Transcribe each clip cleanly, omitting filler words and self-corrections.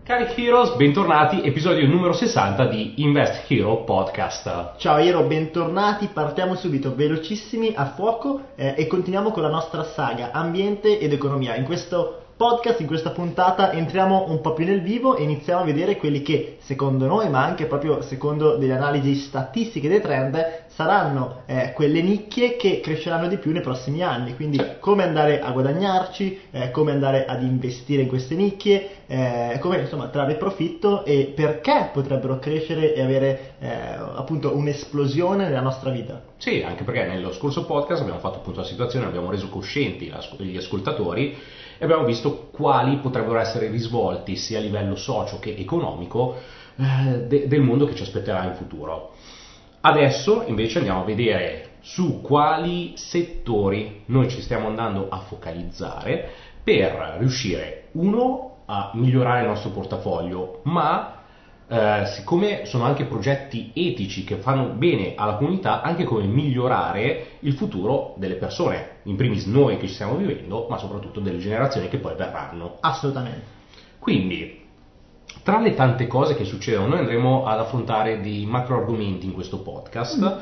Cari Heroes, bentornati, episodio numero 60 di Invest Hero Podcast. Ciao Hero, bentornati, partiamo subito, velocissimi, a fuoco e continuiamo con la nostra saga ambiente ed economia. In questo podcast, in questa puntata, entriamo un po' più nel vivo e iniziamo a vedere quelli che, secondo noi, ma anche proprio secondo delle analisi statistiche dei trend, saranno quelle nicchie che cresceranno di più nei prossimi anni. Quindi come andare a guadagnarci, come andare ad investire in queste nicchie, come insomma trarre profitto e perché potrebbero crescere e avere appunto un'esplosione nella nostra vita. Sì, anche perché nello scorso podcast abbiamo fatto appunto la situazione, abbiamo reso coscienti gli ascoltatori e abbiamo visto quali potrebbero essere i risvolti sia a livello socio che economico del mondo che ci aspetterà in futuro. Adesso invece andiamo a vedere su quali settori noi ci stiamo andando a focalizzare per riuscire, uno, a migliorare il nostro portafoglio, ma siccome sono anche progetti etici che fanno bene alla comunità, anche come migliorare il futuro delle persone, in primis noi che ci stiamo vivendo, ma soprattutto delle generazioni che poi verranno. Assolutamente. Quindi, tra le tante cose che succedono, noi andremo ad affrontare dei macro argomenti in questo podcast,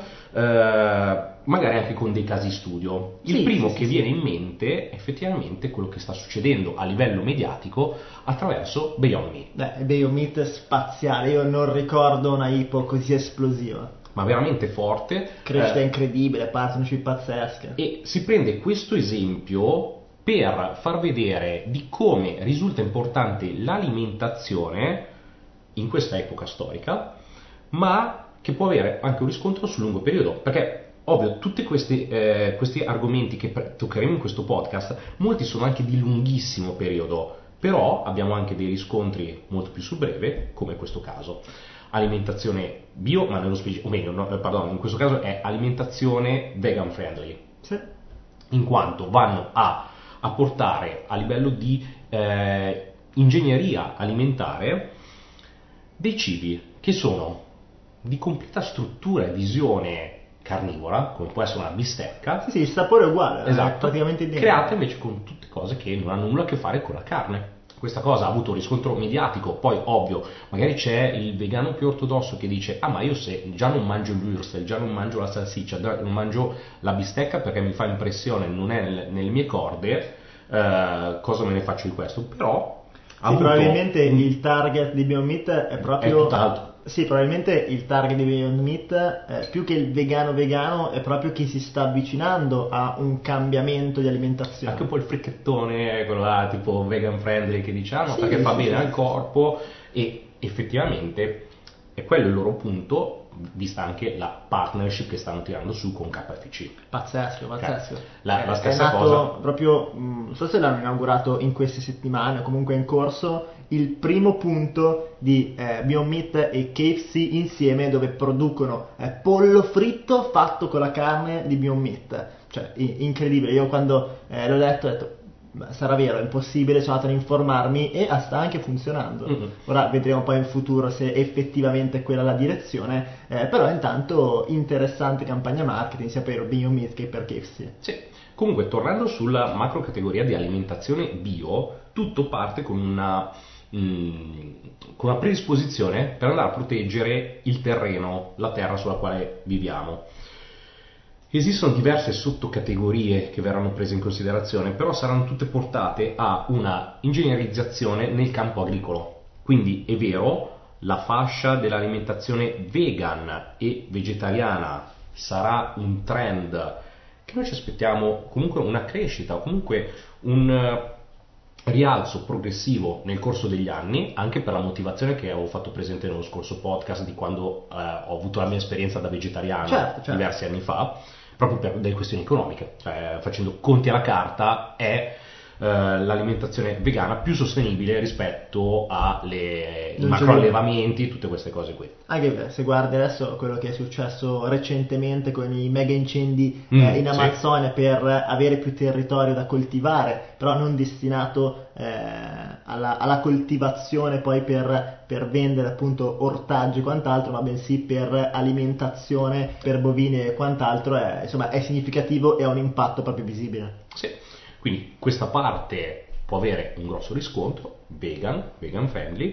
magari anche con dei casi studio. Il primo che viene in mente è effettivamente quello che sta succedendo a livello mediatico attraverso Beyond Meat. Beyond Meat spaziale, io non ricordo una IPO così esplosiva. Ma veramente forte. Crescita incredibile, partnership pazzesche. E si prende questo esempio per far vedere di come risulta importante l'alimentazione in questa epoca storica, ma che può avere anche un riscontro sul lungo periodo, perché ovvio tutti questi argomenti che toccheremo in questo podcast, molti sono anche di lunghissimo periodo, però abbiamo anche dei riscontri molto più sul breve, come in questo caso. Alimentazione bio, ma nello specifico, o meglio, in questo caso è alimentazione vegan friendly, in quanto vanno a portare a livello di ingegneria alimentare dei cibi che sono di completa struttura e visione carnivora, come può essere una bistecca. Sì, il sapore è uguale, esatto, è praticamente identico. Creata invece con tutte cose che non hanno nulla a che fare con la carne. Questa cosa ha avuto un riscontro mediatico, poi ovvio, magari c'è il vegano più ortodosso che dice ma io se già non mangio il würstel, già non mangio la salsiccia, non mangio la bistecca perché mi fa impressione, non è nelle mie corde, cosa me ne faccio di questo? Però probabilmente il target di Beyond Meat è proprio... È tutt'altro. Sì, probabilmente il target di Beyond Meat, più che il vegano, è proprio chi si sta avvicinando a un cambiamento di alimentazione. Anche un po' il fricchettone, quello là tipo vegan friendly che diciamo, perché fa bene al corpo, e effettivamente è quello il loro punto, vista anche la partnership che stanno tirando su con KFC. Pazzesco. La stessa è nato cosa. Proprio, non so se l'hanno inaugurato in queste settimane o comunque in corso, il primo punto di Beyond Meat e KFC insieme, dove producono pollo fritto fatto con la carne di Beyond Meat. Cioè, incredibile. Io quando l'ho letto ho detto sarà vero, è impossibile, sono andato ad informarmi e sta anche funzionando. Ora vedremo poi in futuro se effettivamente è quella la direzione, però intanto interessante campagna marketing sia per Beyond Meat che per KFC. Sì. Comunque, tornando sulla macro categoria di alimentazione bio, tutto parte con una predisposizione per andare a proteggere il terreno, la terra sulla quale viviamo. Esistono diverse sottocategorie che verranno prese in considerazione, però saranno tutte portate a una ingegnerizzazione nel campo agricolo. Quindi è vero, la fascia dell'alimentazione vegan e vegetariana sarà un trend che noi ci aspettiamo comunque una crescita, o comunque un rialzo progressivo nel corso degli anni, anche per la motivazione che avevo fatto presente nello scorso podcast di quando ho avuto la mia esperienza da vegetariano certo. diversi anni fa, proprio per delle questioni economiche, cioè facendo conti alla carta è l'alimentazione vegana più sostenibile rispetto ai macroallevamenti e tutte queste cose qui. Anche se guardi adesso quello che è successo recentemente con i mega incendi in Amazzonia, per avere più territorio da coltivare, però non destinato alla coltivazione poi per vendere appunto ortaggi e quant'altro, ma bensì per alimentazione per bovini e quant'altro, è significativo e ha un impatto proprio visibile. Sì. Quindi questa parte può avere un grosso riscontro, vegan friendly,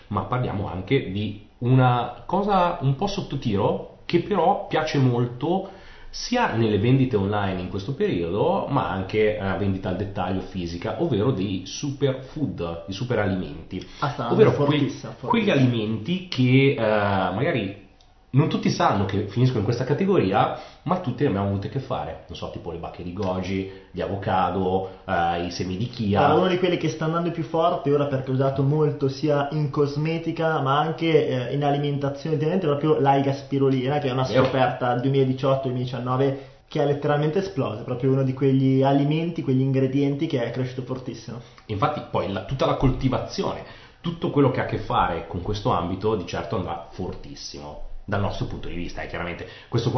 ma parliamo anche di una cosa un po' sottotiro che però piace molto sia nelle vendite online in questo periodo, ma anche a vendita al dettaglio fisica, ovvero dei superfood, i superalimenti, ovvero quegli alimenti che magari non tutti sanno che finiscono in questa categoria, ma tutti ne abbiamo avute a che fare. Non so, tipo le bacche di goji, gli avocado, i semi di chia. Uno di quelli che sta andando più forte ora, perché ho usato molto sia in cosmetica ma anche in alimentazione, ovviamente proprio l'alga spirulina, che è una scoperta 2018-2019 che ha letteralmente esploso, proprio uno di quegli alimenti, quegli ingredienti che è cresciuto fortissimo. Infatti poi tutta la coltivazione, tutto quello che ha a che fare con questo ambito di certo andrà fortissimo. Dal nostro punto di vista, chiaramente. Questo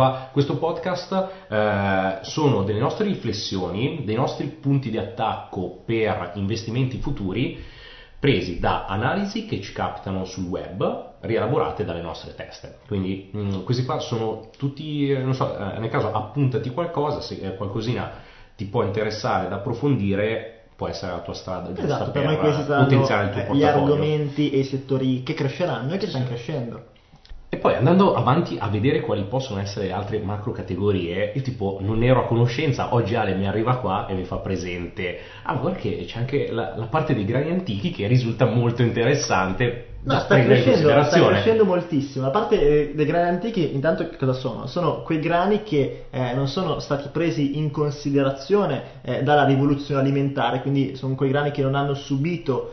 podcast sono delle nostre riflessioni, dei nostri punti di attacco per investimenti futuri, presi da analisi che ci captano sul web, rielaborate dalle nostre teste. Quindi questi qua sono tutti, non so, nel caso appuntati qualcosa, se qualcosina ti può interessare da approfondire, può essere la tua strada giusta, esatto, per per noi questi potenziare il tuo saranno gli portafoglio. argomenti e i settori che cresceranno e che stanno crescendo. E poi andando avanti a vedere quali possono essere le altre macro categorie, io tipo non ero a conoscenza, oggi Ale mi arriva qua e mi fa presente, guarda che c'è anche la parte dei grani antichi che risulta molto interessante. No, sta crescendo moltissimo. La parte dei grani antichi, intanto che cosa sono? Sono quei grani che non sono stati presi in considerazione dalla rivoluzione alimentare, quindi sono quei grani che non hanno subito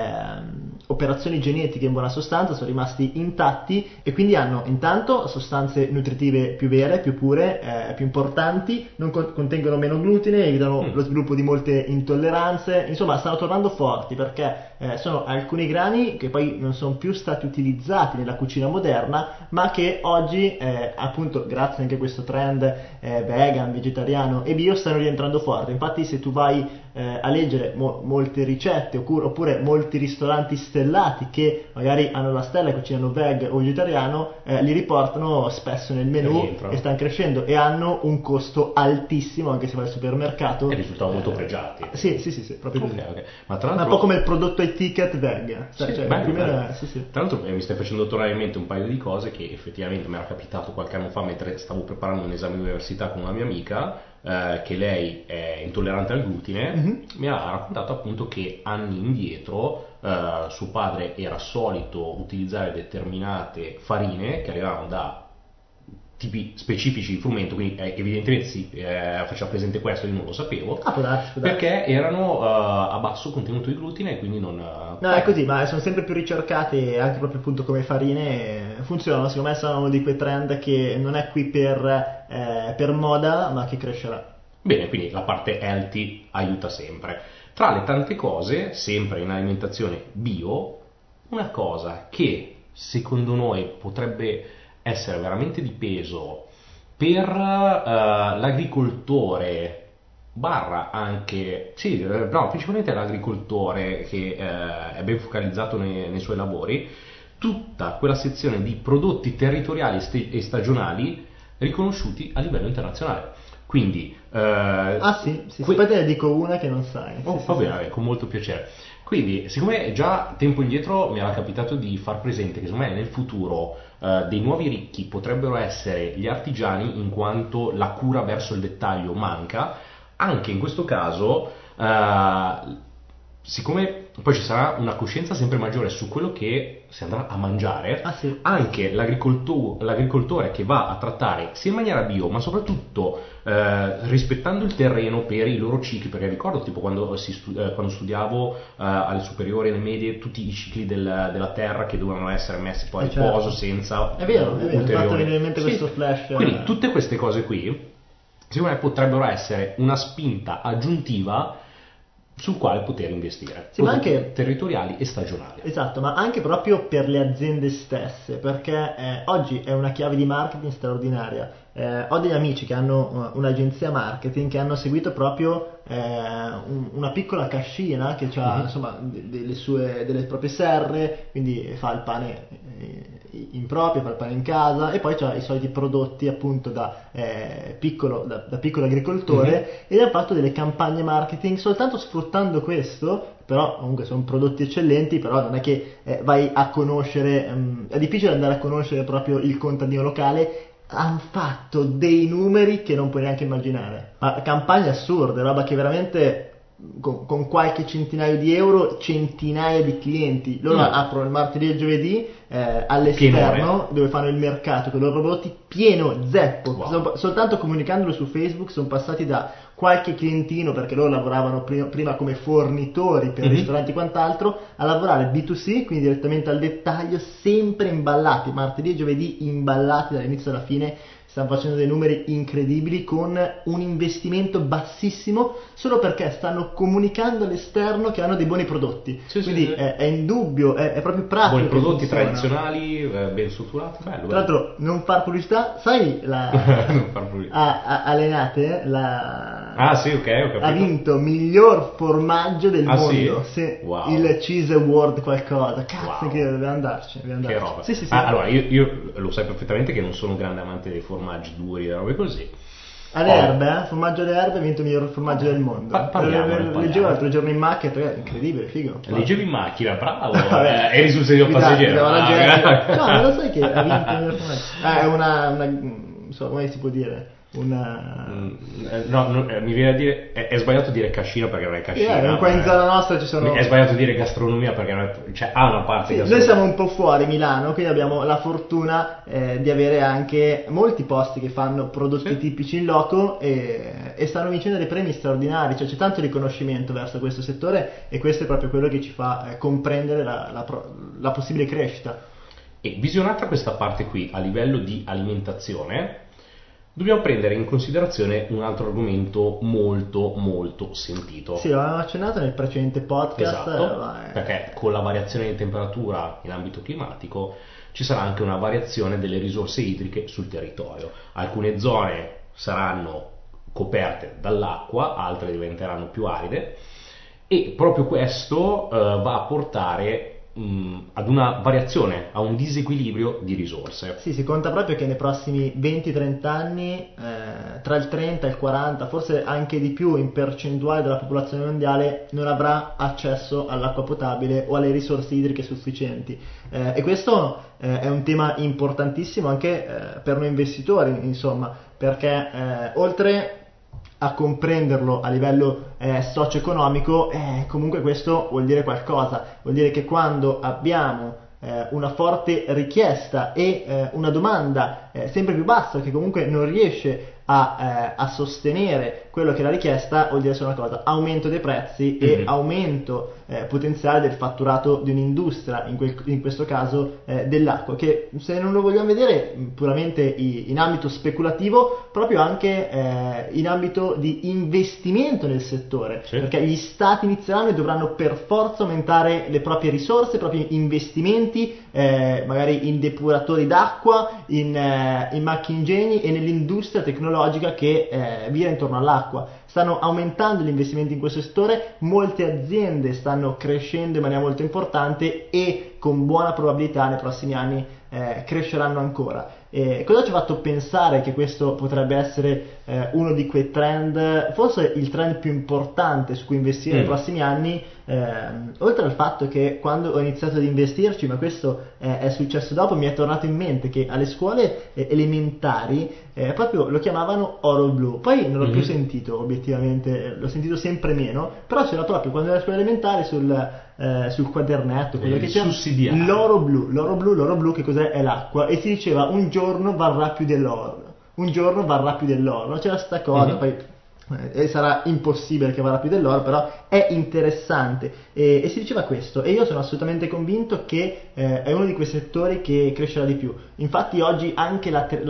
operazioni genetiche in buona sostanza, sono rimasti intatti e quindi hanno intanto sostanze nutritive più vere, più pure, più importanti, non contengono meno glutine, evitano lo sviluppo di molte intolleranze, insomma stanno tornando forti perché sono alcuni grani che poi non sono più stati utilizzati nella cucina moderna, ma che oggi appunto grazie anche a questo trend vegan, vegetariano e bio stanno rientrando forte. Infatti se tu vai a leggere molte ricette oppure molti ristoranti stellati che magari hanno la stella e cucinano veg o vegetariano, li riportano spesso nel menù e stanno crescendo e hanno un costo altissimo anche se vai al supermercato e risultano molto pregiati. Sì, proprio così. Okay. Ma tra l'altro un po' come il prodotto ai ticket veg, bello. Tra l'altro mi stai facendo tornare in mente un paio di cose che effettivamente mi era capitato qualche anno fa mentre stavo preparando un esame di università con una mia amica, che lei è intollerante al glutine. Mi ha raccontato appunto che anni indietro suo padre era solito utilizzare determinate farine che arrivavano da tipi specifici di frumento, quindi evidentemente faceva presente questo, io non lo sapevo, può darsi. Perché erano a basso contenuto di glutine e quindi non... No, è così, ma sono sempre più ricercate anche proprio appunto come farine, funzionano, secondo me sono uno di quei trend che non è qui per moda, ma che crescerà. Bene, quindi la parte healthy aiuta sempre. Tra le tante cose, sempre in alimentazione bio, una cosa che secondo noi potrebbe essere veramente di peso per l'agricoltore barra anche, principalmente l'agricoltore che è ben focalizzato nei suoi lavori, tutta quella sezione di prodotti territoriali e stagionali riconosciuti a livello internazionale. Quindi poi te ne dico una che non sai. Va bene, con molto piacere. Quindi, siccome già tempo indietro mi era capitato di far presente che secondo me nel futuro dei nuovi ricchi potrebbero essere gli artigiani, in quanto la cura verso il dettaglio manca, anche in questo caso, siccome poi ci sarà una coscienza sempre maggiore su quello che si andrà a mangiare, anche l'agricoltore che va a trattare sia in maniera bio, ma soprattutto rispettando il terreno per i loro cicli, perché ricordo tipo quando studiavo alle superiori e alle medie tutti i cicli della terra che dovevano essere messi poi a riposo senza è vero, ulteriori. Fatto venire in mente questo flash. Quindi tutte queste cose qui secondo me potrebbero essere una spinta aggiuntiva sul quale poter investire, ma anche territoriali e stagionali. Esatto, ma anche proprio per le aziende stesse, perché oggi è una chiave di marketing straordinaria. Ho degli amici che hanno un'agenzia marketing che hanno seguito proprio una piccola cascina che ha insomma delle proprie serre, quindi fa il pane in proprio, fa il pane in casa e poi c'ha i soliti prodotti appunto da piccolo agricoltore e ha fatto delle campagne marketing soltanto sfruttando questo però comunque sono prodotti eccellenti, però non è che vai a conoscere, è difficile andare a conoscere proprio il contadino locale. Hanno fatto dei numeri che non puoi neanche immaginare, ma campagne assurde, roba che veramente con qualche centinaio di euro, centinaia di clienti. Loro aprono il martedì e il giovedì all'esterno, Pienone. dove fanno il mercato con i loro prodotti, pieno zeppo. Wow. Soltanto comunicandolo su Facebook sono passati da qualche clientino, perché loro lavoravano prima come fornitori per ristoranti e quant'altro, a lavorare B2C, quindi direttamente al dettaglio, sempre imballati, martedì e giovedì imballati dall'inizio alla fine. Stanno facendo dei numeri incredibili con un investimento bassissimo, solo perché stanno comunicando all'esterno che hanno dei buoni prodotti. Sì, quindi sì. È indubbio, è proprio pratico. Buoni prodotti funziona. tradizionali, ben strutturati, bello. Tra l'altro, non far pubblicità, sai Non far pubblicità. Alenate Sì, ok, ho capito. ha vinto miglior formaggio del mondo. Sì? Sì, Wow. il Cheese Award qualcosa. Cazzo, Wow. che dobbiamo andarci. Che roba. Sì. Allora, io lo sai perfettamente che non sono un grande amante dei formaggi duri e robe così. Alle erbe, formaggio alle erbe, ha vinto il miglior formaggio del mondo. Parliamone. Leggevo l'altro giorno in macchina, incredibile, figo. Leggevi in macchina, bravo. Vabbè. Eri sul sedile passeggero. No, ma lo sai che ha vinto il miglior formaggio? È una non so, come si può dire? Mi viene a dire, è sbagliato dire cascina perché non è cascina. Qua in zona nostra ci sono. È sbagliato dire gastronomia perché non è, cioè, ha una parte Sì, noi gastronomia. siamo un po' fuori Milano, quindi abbiamo la fortuna di avere anche molti posti che fanno prodotti tipici in loco e stanno vincendo dei premi straordinari, cioè c'è tanto riconoscimento verso questo settore e questo è proprio quello che ci fa comprendere la possibile crescita. E visionata questa parte qui a livello di alimentazione, dobbiamo prendere in considerazione un altro argomento molto molto sentito. Sì, l'avevamo accennato nel precedente podcast. Esatto, perché con la variazione di temperatura in ambito climatico ci sarà anche una variazione delle risorse idriche sul territorio. Alcune zone saranno coperte dall'acqua, altre diventeranno più aride e proprio questo va a portare ad una variazione, a un disequilibrio di risorse. Sì, si conta proprio che nei prossimi 20-30 anni, tra il 30 e il 40, forse anche di più in percentuale della popolazione mondiale, non avrà accesso all'acqua potabile o alle risorse idriche sufficienti. E questo è un tema importantissimo anche per noi investitori, insomma, perché oltre a comprenderlo a livello socio-economico, comunque questo vuol dire qualcosa, vuol dire che quando abbiamo una forte richiesta e una domanda sempre più bassa che comunque non riesce a sostenere quello che è la richiesta, vuol dire solo una cosa: aumento dei prezzi e aumento potenziale del fatturato di un'industria, in questo caso dell'acqua, che se non lo vogliamo vedere puramente in ambito speculativo, proprio anche in ambito di investimento nel settore, perché gli stati inizieranno e dovranno per forza aumentare le proprie risorse, i propri investimenti, magari in depuratori d'acqua, in macchingegni e nell'industria tecnologica che gira intorno all'acqua. Stanno aumentando gli investimenti in questo settore, molte aziende stanno crescendo in maniera molto importante e con buona probabilità nei prossimi anni cresceranno ancora. Cosa ci ha fatto pensare che questo potrebbe essere uno di quei trend, forse il trend più importante su cui investire nei prossimi anni, oltre al fatto che quando ho iniziato ad investirci, ma questo è successo dopo, mi è tornato in mente che alle scuole elementari proprio lo chiamavano oro blu, poi non l'ho più sentito obiettivamente, l'ho sentito sempre meno, però c'era proprio quando ero alle scuole elementari sul quadernetto, quello che c'era, l'oro blu, che cos'è? È l'acqua, e si diceva un giorno varrà più dell'oro, no? C'era sta cosa, poi sarà impossibile che varrà più dell'oro, però è interessante e si diceva questo, e io sono assolutamente convinto che è uno di quei settori che crescerà di più. Infatti oggi anche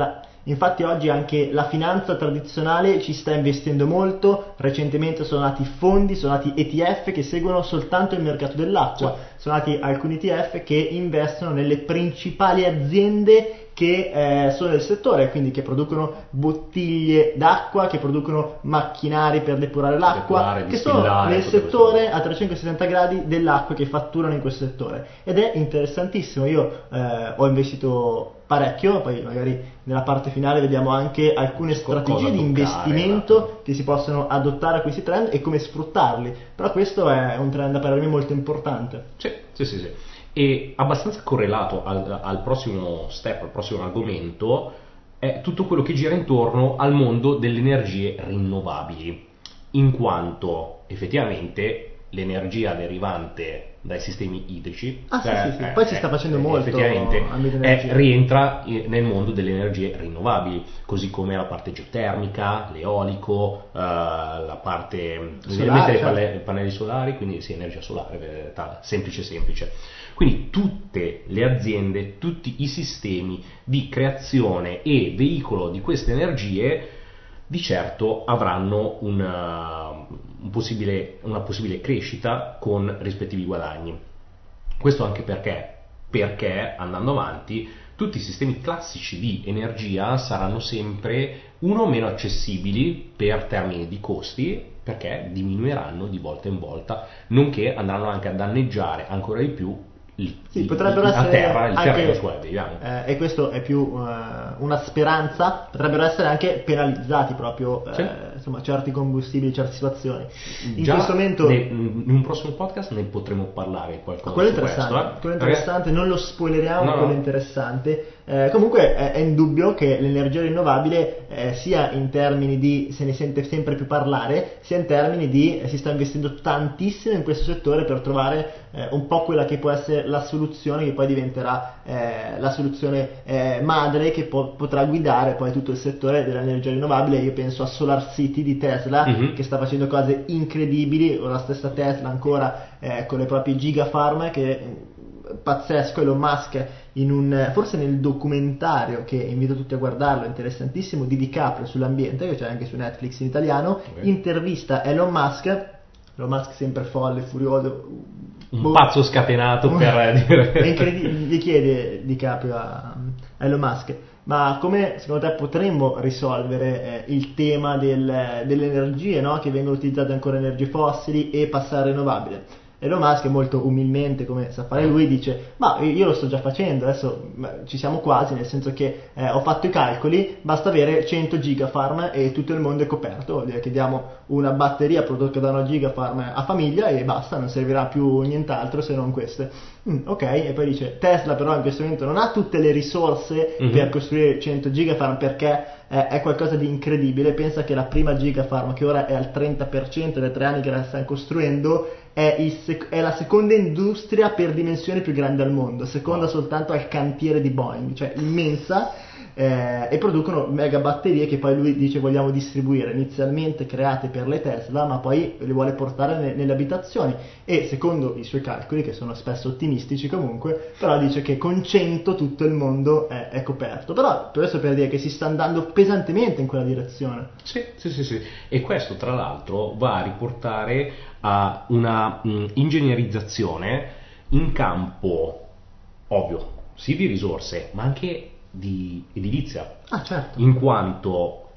la finanza tradizionale ci sta investendo molto. Recentemente sono nati fondi, sono nati ETF che seguono soltanto il mercato dell'acqua, sono nati alcuni ETF che investono nelle principali aziende che sono nel settore, quindi che producono bottiglie d'acqua, che producono macchinari per depurare l'acqua, che sono nel settore a 360 gradi dell'acqua, che fatturano in questo settore, ed è interessantissimo. Io ho investito parecchio, poi magari nella parte finale vediamo anche alcune strategie di investimento che si possono adottare a questi trend e come sfruttarli, però questo è un trend per me molto importante. Sì. E abbastanza correlato al prossimo step, al prossimo argomento, è tutto quello che gira intorno al mondo delle energie rinnovabili, in quanto effettivamente l'energia derivante dai sistemi idrici sì. Poi si sta facendo molto, effettivamente rientra nel mondo delle energie rinnovabili, così come la parte geotermica, l'eolico, la parte solare, pannelli solari, quindi sì, energia solare, semplice. Quindi tutte le aziende, tutti i sistemi di creazione e veicolo di queste energie di certo avranno una possibile crescita con rispettivi guadagni. Questo anche perché andando avanti tutti i sistemi classici di energia saranno sempre meno accessibili per termini di costi, perché diminuiranno di volta in volta, nonché andranno anche a danneggiare ancora di più potrebbero essere il terreno su cui viviamo. E questo è più una speranza, potrebbero essere anche penalizzati proprio insomma, certi combustibili, certe situazioni. In questo momento in un prossimo podcast ne potremo parlare qualcosa. Quello è interessante, non lo spoileriamo, quello è interessante. Comunque è indubbio che l'energia rinnovabile sia in termini di se ne sente sempre più parlare, sia in termini di si sta investendo tantissimo in questo settore per trovare un po' quella che può essere la soluzione che poi diventerà la soluzione madre che potrà guidare poi tutto il settore dell'energia rinnovabile. Io penso a Solar City di Tesla, che sta facendo cose incredibili, o la stessa Tesla ancora con le proprie gigafarm, che pazzesco. Elon Musk forse nel documentario, che invito tutti a guardarlo, interessantissimo, di DiCaprio sull'ambiente, che c'è anche su Netflix in italiano, intervista Elon Musk sempre folle, furioso, un pazzo scatenato per dire. È incredibile, gli chiede DiCaprio a Elon Musk: ma come secondo te potremmo risolvere il tema delle energie, no? Che vengono utilizzate ancora energie fossili, e passare a rinnovabile? Elon Musk, molto umilmente, come sa fare lui, dice: ma io lo sto già facendo, adesso ci siamo quasi, nel senso che ho fatto i calcoli, basta avere 100 gigafarm e tutto il mondo è coperto. Vuol dire che diamo una batteria prodotta da una gigafarm a famiglia e basta, non servirà più nient'altro se non queste. Ok, e poi dice: Tesla però in questo momento non ha tutte le risorse per costruire 100 gigafarm, perché è qualcosa di incredibile. Pensa che la prima gigafarm, che ora è al 30% dai 3 anni che la stanno costruendo, è la seconda industria per dimensioni più grande al mondo, seconda soltanto al cantiere di Boeing, cioè immensa. E producono mega batterie che poi lui dice vogliamo distribuire, inizialmente create per le Tesla, ma poi le vuole portare nelle abitazioni, e secondo i suoi calcoli, che sono spesso ottimistici comunque, però dice che con 100 tutto il mondo è coperto. Però questo per dire che si sta andando pesantemente in quella direzione. Sì. E questo tra l'altro va a riportare a una ingegnerizzazione in campo, ovvio, sì, di risorse, ma anche di edilizia, certo. In quanto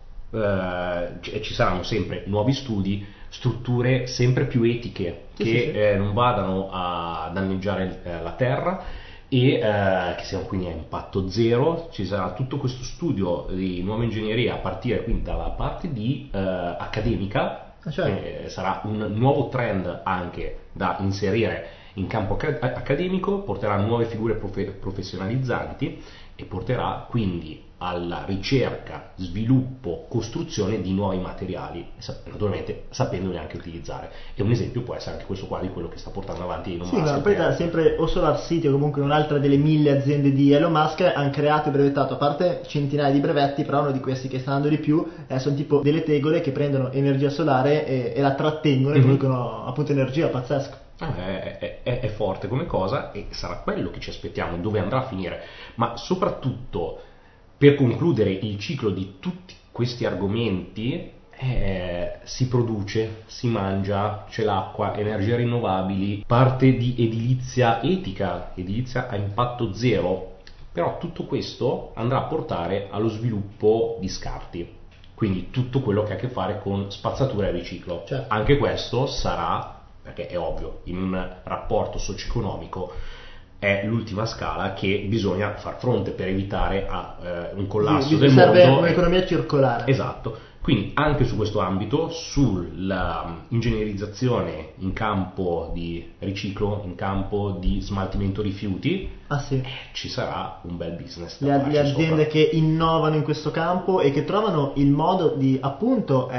ci saranno sempre nuovi studi, strutture sempre più etiche, che non vadano a danneggiare la terra e che siano quindi a impatto zero. Ci sarà tutto questo studio di nuova ingegneria a partire quindi dalla parte di accademica. Certo. Sarà un nuovo trend anche da inserire in campo accademico, porterà nuove figure professionalizzanti e porterà quindi alla ricerca, sviluppo, costruzione di nuovi materiali, naturalmente sapendoli anche utilizzare. E un esempio può essere anche questo qua di quello che sta portando avanti Elon Musk. Ma poi sempre o Solar City o comunque un'altra delle 1000 aziende di Elon Musk hanno creato e brevettato, a parte centinaia di brevetti, però uno di questi che sta andando di più sono tipo delle tegole che prendono energia solare e la trattengono e producono appunto energia. Pazzesco. È forte come cosa, e sarà quello che ci aspettiamo, dove andrà a finire. Ma soprattutto, per concludere il ciclo di tutti questi argomenti, si produce, si mangia, c'è l'acqua, energie rinnovabili, parte di edilizia etica, edilizia a impatto zero. Però tutto questo andrà a portare allo sviluppo di scarti, quindi tutto quello che ha a che fare con spazzatura e riciclo. Certo. Anche questo sarà, perché è ovvio, in un rapporto socio-economico è l'ultima scala che bisogna far fronte per evitare un collasso del serve mondo. un'economia circolare. Esatto. Quindi anche su questo ambito, sulla ingegnerizzazione in campo di riciclo, in campo di smaltimento rifiuti, Sì. ci sarà un bel business. Le aziende che innovano in questo campo e che trovano il modo di appunto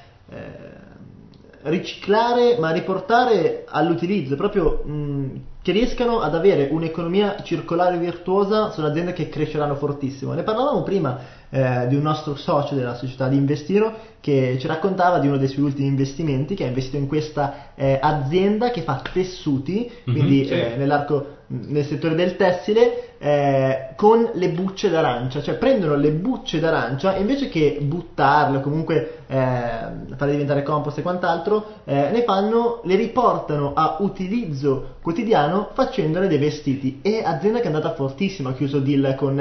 riciclare ma riportare all'utilizzo, proprio che riescano ad avere un'economia circolare virtuosa. Sono aziende che cresceranno fortissimo. Ne parlavamo prima di un nostro socio della società di Investiro che ci raccontava di uno dei suoi ultimi investimenti, che ha investito in questa azienda che fa tessuti, quindi sì. nel settore del tessile, con le bucce d'arancia, cioè prendono le bucce d'arancia e invece che buttarle o comunque farle diventare compost e quant'altro, le riportano a utilizzo quotidiano facendone dei vestiti. E azienda che è andata fortissima, ha chiuso deal con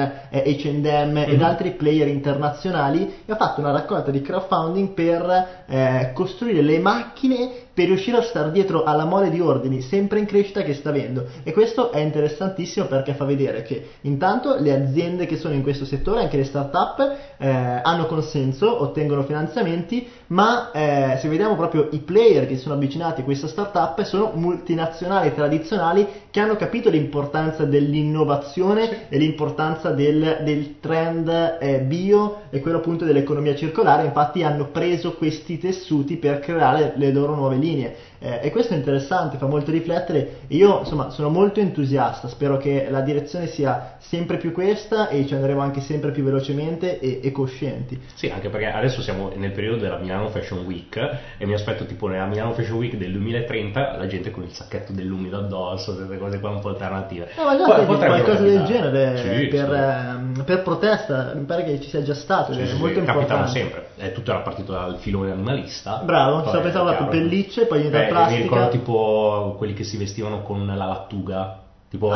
H&M ed altri player internazionali, e ha fatto una raccolta di crowdfunding per costruire le macchine per riuscire a stare dietro alla mole di ordini sempre in crescita che sta avendo. E questo è interessantissimo perché fa vedere che intanto le aziende che sono in questo settore, anche le start-up, hanno consenso, ottengono finanziamenti, ma se vediamo proprio i player che sono avvicinati a questa start-up sono multinazionali tradizionali che hanno capito l'importanza dell'innovazione e l'importanza del trend bio e quello appunto dell'economia circolare. Infatti hanno preso questi tessuti per creare le loro nuove linee. E questo è interessante, fa molto riflettere. Io insomma sono molto entusiasta, spero che la direzione sia sempre più questa e ci andremo anche sempre più velocemente e coscienti. Sì, anche perché adesso siamo nel periodo della Milano Fashion Week e mi aspetto tipo nella Milano Fashion Week del 2030 la gente con il sacchetto dell'umido addosso, queste cose qua un po' alternative. Ma già qualcosa del genere sì, per protesta, mi pare che ci sia già stato, sì, è molto importante. capitano sempre, tutto era partito dal filone animalista. Bravo, ci stavo pensando alla pellicce, poi diventa plastica. Mi ricordo tipo quelli che si vestivano con la lattuga, tipo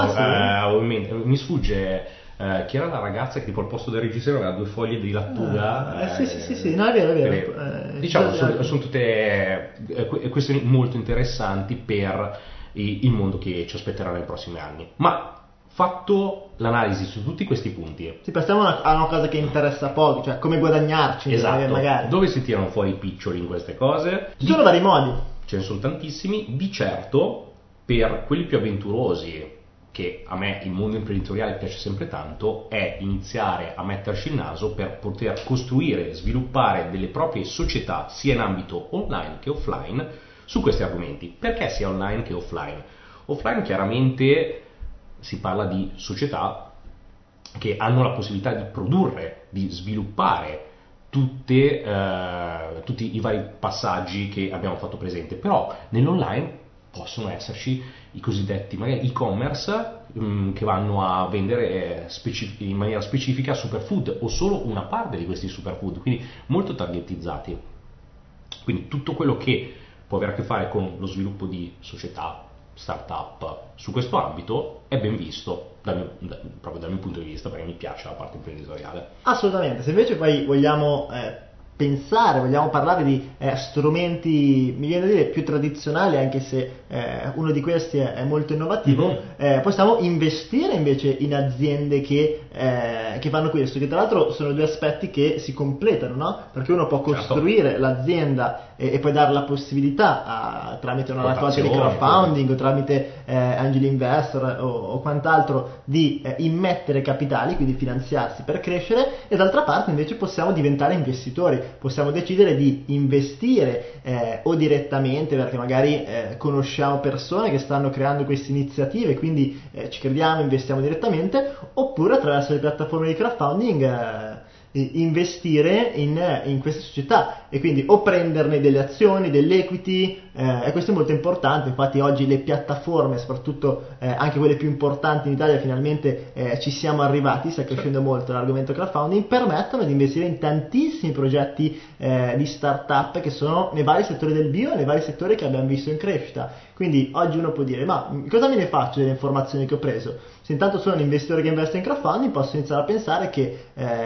sì? mi sfugge chi era la ragazza che tipo al posto del reggiseno aveva 2 foglie di lattuga. Sì, no, è vero. Diciamo sono tutte questioni molto interessanti per il mondo che ci aspetterà nei prossimi anni. Ma fatto l'analisi su tutti questi punti, sì, passiamo a una cosa che interessa poco, cioè come guadagnarci. Esatto. Magari. Dove si tirano fuori i piccioli in queste cose? Ci sono vari modi. Ce ne sono tantissimi. Di certo, per quelli più avventurosi, che a me il mondo imprenditoriale piace sempre tanto, è iniziare a metterci il naso per poter costruire e sviluppare delle proprie società sia in ambito online che offline su questi argomenti. Perché sia online che offline? Offline chiaramente si parla di società che hanno la possibilità di produrre, di sviluppare tutti i vari passaggi che abbiamo fatto presente, però nell'online possono esserci i cosiddetti magari e-commerce che vanno a vendere in maniera specifica superfood o solo una parte di questi superfood, quindi molto targetizzati. Quindi tutto quello che può avere a che fare con lo sviluppo di società, startup su questo ambito è ben visto proprio dal mio punto di vista, perché mi piace la parte imprenditoriale. Assolutamente. Se invece poi vogliamo parlare di strumenti, mi viene da dire più tradizionali, anche se uno di questi è molto innovativo, possiamo investire invece in aziende che fanno questo, che tra l'altro sono 2 aspetti che si completano, no? Perché uno può costruire l'azienda e poi dare la possibilità tramite una raccolta di crowdfunding o tramite angel investor o quant'altro di immettere capitali, quindi finanziarsi per crescere, e d'altra parte invece possiamo diventare investitori, possiamo decidere di investire o direttamente perché magari conosciamo persone che stanno creando queste iniziative, quindi ci crediamo, investiamo direttamente, oppure attraverso le piattaforme di crowdfunding investire in queste società. e quindi o prenderne delle azioni, dell'equity, e questo è molto importante. Infatti oggi le piattaforme, soprattutto anche quelle più importanti in Italia, finalmente ci siamo arrivati, sta crescendo molto l'argomento crowdfunding, permettono di investire in tantissimi progetti di startup che sono nei vari settori del bio, nei vari settori che abbiamo visto in crescita. Quindi oggi uno può dire: ma cosa me ne faccio delle informazioni che ho preso? Se intanto sono un investitore che investe in crowdfunding, posso iniziare a pensare che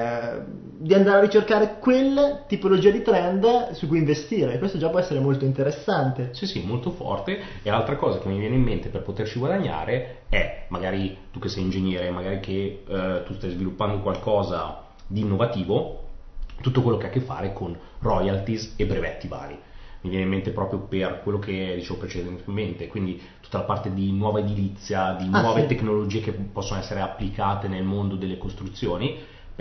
di andare a ricercare quelle tipologie di trend su cui investire. Questo già può essere molto interessante. Sì, molto forte. E l'altra cosa che mi viene in mente per poterci guadagnare è, magari tu che sei ingegnere, magari che tu stai sviluppando qualcosa di innovativo, tutto quello che ha a che fare con royalties e brevetti vari. Mi viene in mente proprio per quello che dicevo precedentemente, quindi tutta la parte di nuova edilizia, di nuove tecnologie che possono essere applicate nel mondo delle costruzioni.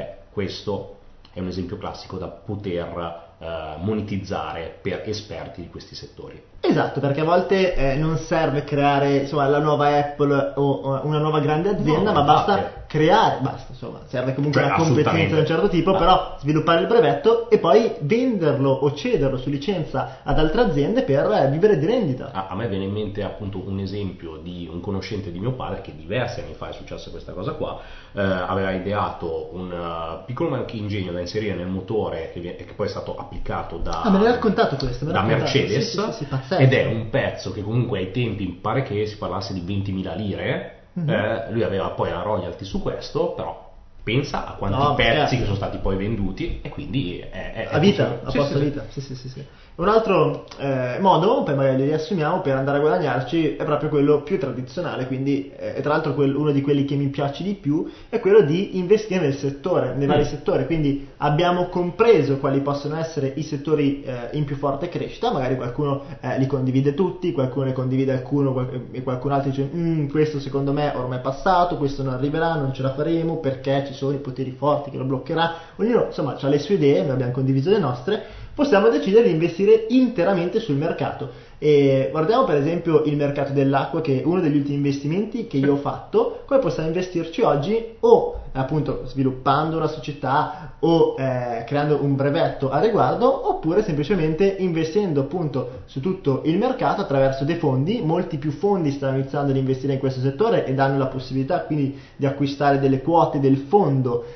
Questo è un esempio classico da poter monetizzare per esperti di questi settori. Esatto, perché a volte non serve creare, insomma, la nuova Apple o una nuova grande azienda, ma basta creare, insomma, serve comunque una competenza di un certo tipo, però sviluppare il brevetto e poi venderlo o cederlo su licenza ad altre aziende per vivere di rendita. A me viene in mente appunto un esempio di un conoscente di mio padre che diversi anni fa è successa questa cosa qua. Aveva ideato un piccolo ingegno da inserire nel motore che poi è stato applicato da me l'hai raccontato questo, da Mercedes, sì, ed è un pezzo che comunque ai tempi mi pare che si parlasse di 20.000 lire. Lui aveva poi la royalty su questo, però pensa a quanti pezzi che sono stati poi venduti, e quindi è a vita, a posto vita. Sì. Un altro modo, poi magari li riassumiamo, per andare a guadagnarci è proprio quello più tradizionale, quindi e tra l'altro uno di quelli che mi piace di più è quello di investire nel settore, nei vari settori. Quindi abbiamo compreso quali possono essere i settori in più forte crescita, magari qualcuno li condivide tutti, qualcuno ne condivide alcuno e qualcun altro dice questo secondo me ormai è passato, questo non arriverà, non ce la faremo perché ci sono i poteri forti che lo bloccherà. Ognuno insomma ha le sue idee, noi abbiamo condiviso le nostre. Possiamo decidere di investire interamente sul mercato. E guardiamo per esempio il mercato dell'acqua, che è uno degli ultimi investimenti che io ho fatto. Come possiamo investirci oggi? O appunto sviluppando una società o creando un brevetto a riguardo, oppure semplicemente investendo appunto su tutto il mercato attraverso dei fondi. Molti più fondi stanno iniziando ad investire in questo settore e danno la possibilità quindi di acquistare delle quote del fondo,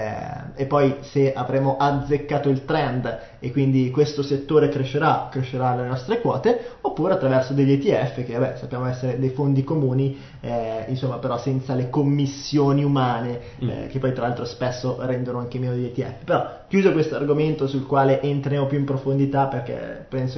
e poi se avremo azzeccato il trend e quindi questo settore crescerà le nostre quote, oppure attraverso degli ETF che sappiamo essere dei fondi comuni, insomma, però senza le commissioni umane, che poi tra l'altro spesso rendono anche meno degli ETF. Però chiuso questo argomento, sul quale entriamo più in profondità perché penso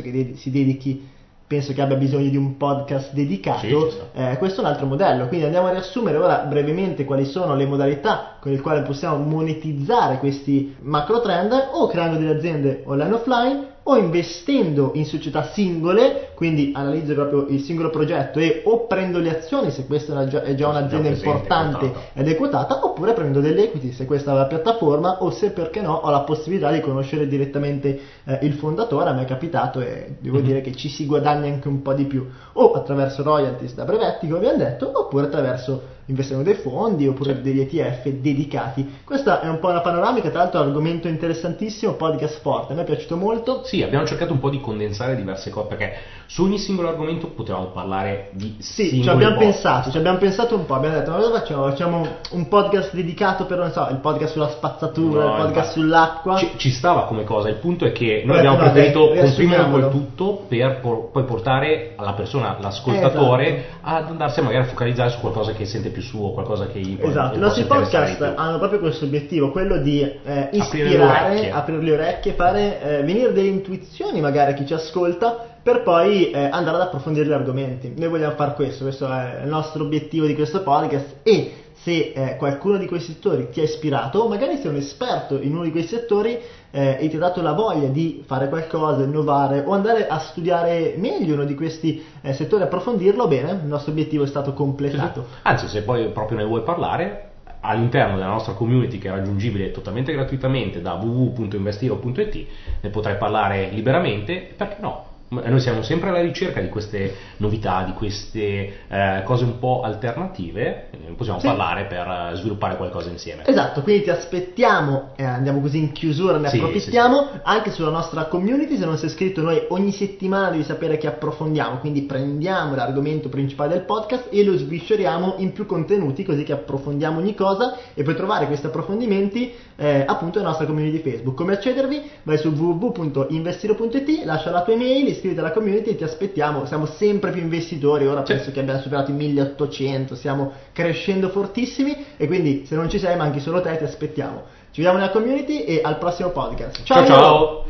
che abbia bisogno di un podcast dedicato, questo è un altro modello. Quindi andiamo a riassumere ora brevemente quali sono le modalità con le quali possiamo monetizzare questi macro trend, o creando delle aziende online offline, o investendo in società singole, quindi analizzo proprio il singolo progetto e o prendo le azioni se questa è già un'azienda importante ed è quotata, oppure prendo delle equity se questa è la piattaforma, o se perché no ho la possibilità di conoscere direttamente il fondatore. A me è capitato e devo dire che ci si guadagna anche un po' di più, o attraverso royalties da brevetti come abbiamo detto, oppure attraverso investendo dei fondi oppure degli ETF dedicati. Questa è un po' una panoramica, tra l'altro argomento interessantissimo, podcast forte, a me è piaciuto molto. Sì, abbiamo cercato un po' di condensare diverse cose, perché su ogni singolo argomento potevamo parlare di ci abbiamo pensato un po', abbiamo detto ma cosa facciamo un podcast dedicato per, non so, il podcast sulla spazzatura, il podcast sull'acqua. Ci stava come cosa, il punto è che noi abbiamo preferito comprimere quel tutto per poi portare alla persona, l'ascoltatore, ad andarsi a magari a focalizzare su qualcosa che sente più suo, qualcosa che gli i nostri podcast hanno proprio questo obiettivo, quello di ispirare, aprire le orecchie, fare venire delle intuizioni magari a chi ci ascolta, per poi andare ad approfondire gli argomenti. Noi vogliamo fare questo è il nostro obiettivo di questo podcast. E se qualcuno di questi settori ti ha ispirato, o magari sei un esperto in uno di quei settori e ti ha dato la voglia di fare qualcosa, innovare o andare a studiare meglio uno di questi settori, approfondirlo, bene, il nostro obiettivo è stato completato. Anzi, se poi proprio ne vuoi parlare, all'interno della nostra community, che è raggiungibile totalmente gratuitamente da www.investiro.it, ne potrai parlare liberamente, perché no? Noi siamo sempre alla ricerca di queste novità, di queste cose un po' alternative, possiamo parlare per sviluppare qualcosa insieme. Esatto, quindi ti aspettiamo, andiamo così in chiusura, ne approfittiamo, anche sulla nostra community. Se non sei iscritto, noi ogni settimana devi sapere che approfondiamo, quindi prendiamo l'argomento principale del podcast e lo svisceriamo in più contenuti, così che approfondiamo ogni cosa, e puoi trovare questi approfondimenti appunto nella nostra community Facebook. Come accedervi? Vai su www.investiro.it, lascia la tua email, iscriviti alla community e ti aspettiamo. Siamo sempre più investitori, ora penso che abbiamo superato i 1800, stiamo crescendo fortissimi, e quindi se non ci sei manchi solo te, ti aspettiamo. Ci vediamo nella community e al prossimo podcast. Ciao ciao!